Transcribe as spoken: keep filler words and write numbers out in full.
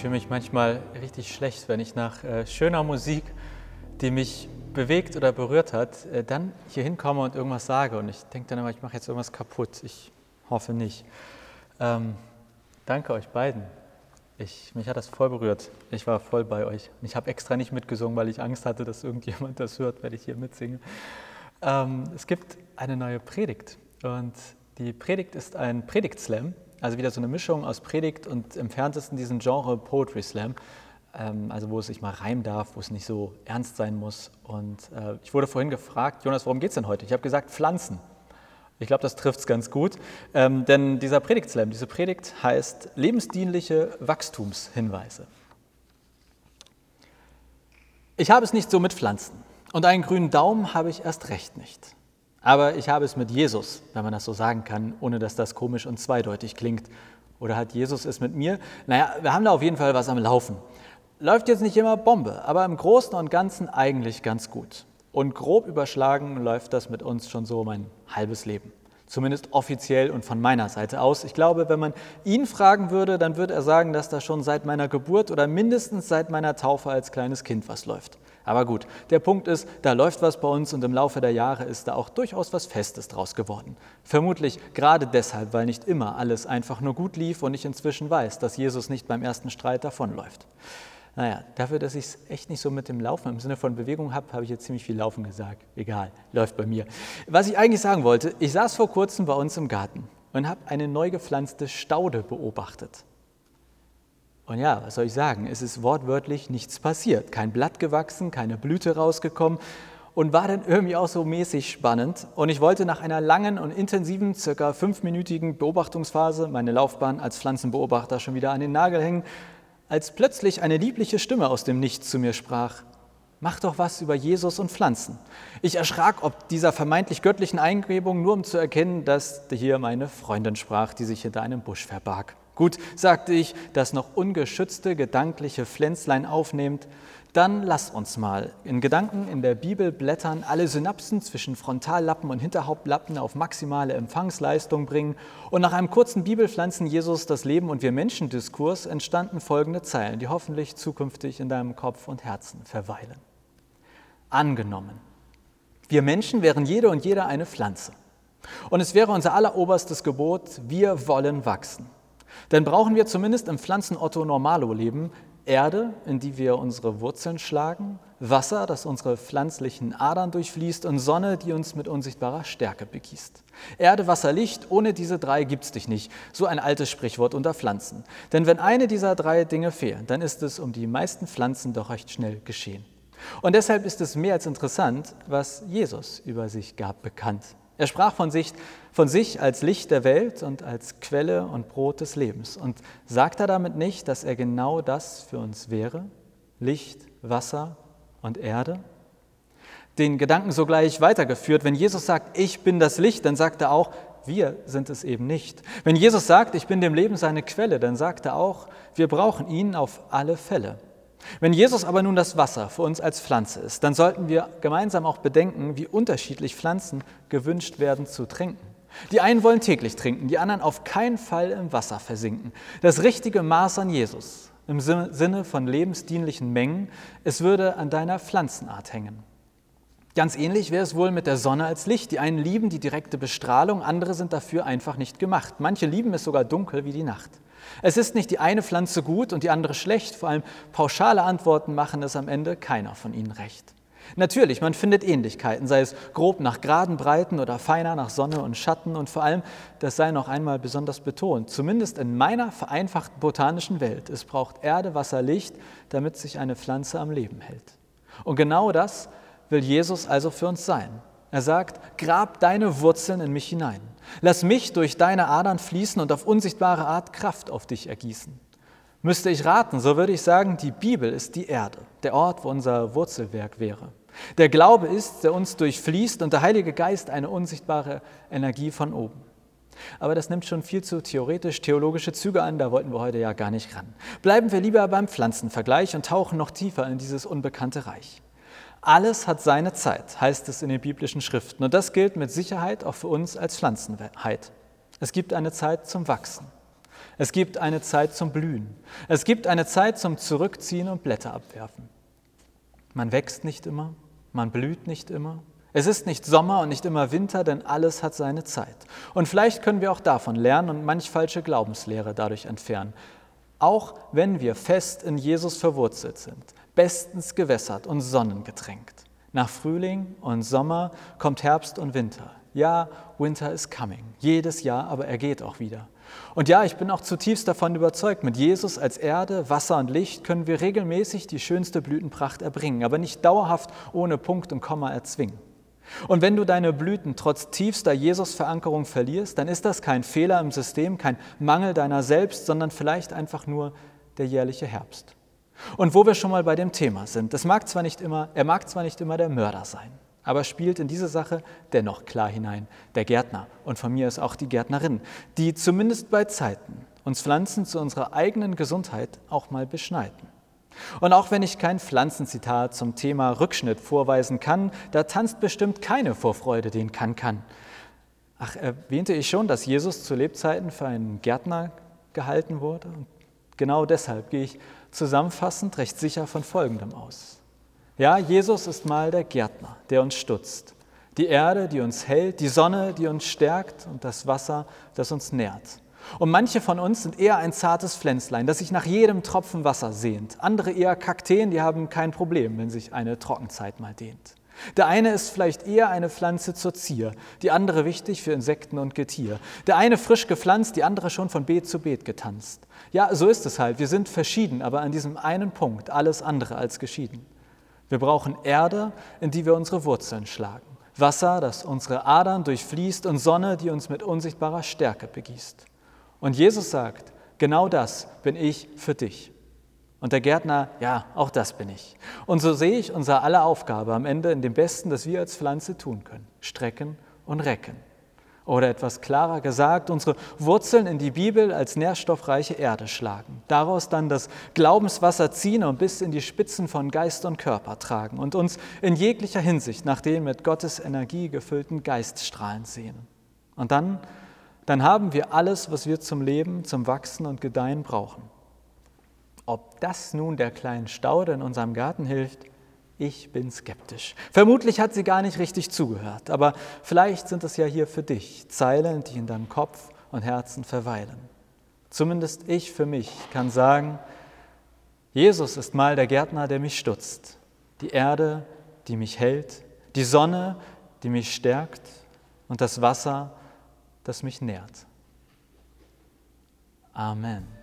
fühle mich manchmal richtig schlecht, wenn ich nach äh, schöner Musik, die mich bewegt oder berührt hat, äh, dann hier hinkomme und irgendwas sage. Und ich denke dann immer, ich mache jetzt irgendwas kaputt. Ich hoffe nicht. Ähm, danke euch beiden. Ich, mich hat das voll berührt. Ich war voll bei euch. Und ich habe extra nicht mitgesungen, weil ich Angst hatte, dass irgendjemand das hört, wenn ich hier mitsinge. Ähm, es gibt eine neue Predigt. Und die Predigt ist ein Predigt-Slam. Also wieder so eine Mischung aus Predigt und im Fernsten diesen Genre Poetry Slam, ähm, also wo es sich mal reimen darf, wo es nicht so ernst sein muss. Und äh, ich wurde vorhin gefragt, Jonas, worum geht es denn heute? Ich habe gesagt, Pflanzen. Ich glaube, das trifft es ganz gut, ähm, denn dieser Predigt-Slam, diese Predigt heißt lebensdienliche Wachstumshinweise. Ich habe es nicht so mit Pflanzen und einen grünen Daumen habe ich erst recht nicht. Aber ich habe es mit Jesus, wenn man das so sagen kann, ohne dass das komisch und zweideutig klingt. Oder hat Jesus es mit mir? Naja, wir haben da auf jeden Fall was am Laufen. Läuft jetzt nicht immer Bombe, aber im Großen und Ganzen eigentlich ganz gut. Und grob überschlagen läuft das mit uns schon so mein halbes Leben. Zumindest offiziell und von meiner Seite aus. Ich glaube, wenn man ihn fragen würde, dann würde er sagen, dass da schon seit meiner Geburt oder mindestens seit meiner Taufe als kleines Kind was läuft. Aber gut, der Punkt ist, da läuft was bei uns und im Laufe der Jahre ist da auch durchaus was Festes draus geworden. Vermutlich gerade deshalb, weil nicht immer alles einfach nur gut lief und ich inzwischen weiß, dass Jesus nicht beim ersten Streit davonläuft. Naja, dafür, dass ich es echt nicht so mit dem Laufen im Sinne von Bewegung habe, habe ich jetzt ziemlich viel Laufen gesagt. Egal, läuft bei mir. Was ich eigentlich sagen wollte, ich saß vor kurzem bei uns im Garten und habe eine neu gepflanzte Staude beobachtet. Und ja, was soll ich sagen, es ist wortwörtlich nichts passiert. Kein Blatt gewachsen, keine Blüte rausgekommen und war dann irgendwie auch so mäßig spannend. Und ich wollte nach einer langen und intensiven, circa fünfminütigen Beobachtungsphase meine Laufbahn als Pflanzenbeobachter schon wieder an den Nagel hängen, als plötzlich eine liebliche Stimme aus dem Nichts zu mir sprach: Mach doch was über Jesus und Pflanzen. Ich erschrak ob dieser vermeintlich göttlichen Eingebung, nur um zu erkennen, dass hier meine Freundin sprach, die sich hinter einem Busch verbarg. Gut, sagte ich, das noch ungeschützte gedankliche Pflänzlein aufnehmend, dann lass uns mal in Gedanken in der Bibel blättern, alle Synapsen zwischen Frontallappen und Hinterhauptlappen auf maximale Empfangsleistung bringen und nach einem kurzen Bibelpflanzen Jesus das Leben und wir Menschen-Diskurs entstanden folgende Zeilen, die hoffentlich zukünftig in deinem Kopf und Herzen verweilen. Angenommen, wir Menschen wären jede und jeder eine Pflanze und es wäre unser alleroberstes Gebot, wir wollen wachsen. Dann brauchen wir zumindest im Pflanzen-Otto-Normalo-Leben Erde, in die wir unsere Wurzeln schlagen, Wasser, das unsere pflanzlichen Adern durchfließt und Sonne, die uns mit unsichtbarer Stärke begießt. Erde, Wasser, Licht, ohne diese drei gibt's dich nicht. So ein altes Sprichwort unter Pflanzen. Denn wenn eine dieser drei Dinge fehlen, dann ist es um die meisten Pflanzen doch recht schnell geschehen. Und deshalb ist es mehr als interessant, was Jesus über sich gab bekannt. Er sprach von sich, von sich als Licht der Welt und als Quelle und Brot des Lebens. Und sagt er damit nicht, dass er genau das für uns wäre? Licht, Wasser und Erde? Den Gedanken sogleich weitergeführt. Wenn Jesus sagt, ich bin das Licht, dann sagt er auch, wir sind es eben nicht. Wenn Jesus sagt, ich bin dem Leben seine Quelle, dann sagt er auch, wir brauchen ihn auf alle Fälle. Wenn Jesus aber nun das Wasser für uns als Pflanze ist, dann sollten wir gemeinsam auch bedenken, wie unterschiedlich Pflanzen gewünscht werden zu trinken. Die einen wollen täglich trinken, die anderen auf keinen Fall im Wasser versinken. Das richtige Maß an Jesus, im Sinne von lebensdienlichen Mengen, es würde an deiner Pflanzenart hängen. Ganz ähnlich wäre es wohl mit der Sonne als Licht. Die einen lieben die direkte Bestrahlung, andere sind dafür einfach nicht gemacht. Manche lieben es sogar dunkel wie die Nacht. Es ist nicht die eine Pflanze gut und die andere schlecht, vor allem pauschale Antworten machen es am Ende keiner von ihnen recht. Natürlich, man findet Ähnlichkeiten, sei es grob nach geraden Breiten oder feiner nach Sonne und Schatten und vor allem, das sei noch einmal besonders betont, zumindest in meiner vereinfachten botanischen Welt, es braucht Erde, Wasser, Licht, damit sich eine Pflanze am Leben hält. Und genau das will Jesus also für uns sein. Er sagt, grab deine Wurzeln in mich hinein. Lass mich durch deine Adern fließen und auf unsichtbare Art Kraft auf dich ergießen. Müsste ich raten, so würde ich sagen, die Bibel ist die Erde, der Ort, wo unser Wurzelwerk wäre. Der Glaube ist, der uns durchfließt und der Heilige Geist eine unsichtbare Energie von oben. Aber das nimmt schon viel zu theoretisch-theologische Züge an, da wollten wir heute ja gar nicht ran. Bleiben wir lieber beim Pflanzenvergleich und tauchen noch tiefer in dieses unbekannte Reich. Alles hat seine Zeit, heißt es in den biblischen Schriften. Und das gilt mit Sicherheit auch für uns als Pflanzenheit. Es gibt eine Zeit zum Wachsen. Es gibt eine Zeit zum Blühen. Es gibt eine Zeit zum Zurückziehen und Blätter abwerfen. Man wächst nicht immer, man blüht nicht immer. Es ist nicht Sommer und nicht immer Winter, denn alles hat seine Zeit. Und vielleicht können wir auch davon lernen und manch falsche Glaubenslehre dadurch entfernen. Auch wenn wir fest in Jesus verwurzelt sind, bestens gewässert und sonnengetränkt. Nach Frühling und Sommer kommt Herbst und Winter. Ja, Winter is coming. Jedes Jahr, aber er geht auch wieder. Und ja, ich bin auch zutiefst davon überzeugt, mit Jesus als Erde, Wasser und Licht können wir regelmäßig die schönste Blütenpracht erbringen, aber nicht dauerhaft ohne Punkt und Komma erzwingen. Und wenn du deine Blüten trotz tiefster Jesus-Verankerung verlierst, dann ist das kein Fehler im System, kein Mangel deiner selbst, sondern vielleicht einfach nur der jährliche Herbst. Und wo wir schon mal bei dem Thema sind, das mag zwar nicht immer, er mag zwar nicht immer der Mörder sein, aber spielt in diese Sache dennoch klar hinein, der Gärtner und von mir ist auch die Gärtnerin, die zumindest bei Zeiten uns Pflanzen zu unserer eigenen Gesundheit auch mal beschneiden. Und auch wenn ich kein Pflanzenzitat zum Thema Rückschnitt vorweisen kann, da tanzt bestimmt keine Vorfreude den Kann-Kann. Ach, erwähnte ich schon, dass Jesus zu Lebzeiten für einen Gärtner gehalten wurde? Und genau deshalb gehe ich zusammenfassend recht sicher von Folgendem aus. Ja, Jesus ist mal der Gärtner, der uns stutzt. Die Erde, die uns hält, die Sonne, die uns stärkt und das Wasser, das uns nährt. Und manche von uns sind eher ein zartes Pflänzlein, das sich nach jedem Tropfen Wasser sehnt. Andere eher Kakteen, die haben kein Problem, wenn sich eine Trockenzeit mal dehnt. Der eine ist vielleicht eher eine Pflanze zur Zier, die andere wichtig für Insekten und Getier. Der eine frisch gepflanzt, die andere schon von Beet zu Beet getanzt. Ja, so ist es halt, wir sind verschieden, aber an diesem einen Punkt alles andere als geschieden. Wir brauchen Erde, in die wir unsere Wurzeln schlagen. Wasser, das unsere Adern durchfließt und Sonne, die uns mit unsichtbarer Stärke begießt. Und Jesus sagt, genau das bin ich für dich. Und der Gärtner, ja, auch das bin ich. Und so sehe ich unsere aller Aufgabe am Ende in dem Besten, das wir als Pflanze tun können. Strecken und recken. Oder etwas klarer gesagt, unsere Wurzeln in die Bibel als nährstoffreiche Erde schlagen. Daraus dann das Glaubenswasser ziehen und bis in die Spitzen von Geist und Körper tragen. Und uns in jeglicher Hinsicht nach den mit Gottes Energie gefüllten Geiststrahlen sehnen. Und dann, dann haben wir alles, was wir zum Leben, zum Wachsen und Gedeihen brauchen. Ob das nun der kleinen Staude in unserem Garten hilft, ich bin skeptisch. Vermutlich hat sie gar nicht richtig zugehört, aber vielleicht sind es ja hier für dich Zeilen, die in deinem Kopf und Herzen verweilen. Zumindest ich für mich kann sagen, Jesus ist mal der Gärtner, der mich stutzt, die Erde, die mich hält, die Sonne, die mich stärkt und das Wasser, das mich nährt. Amen.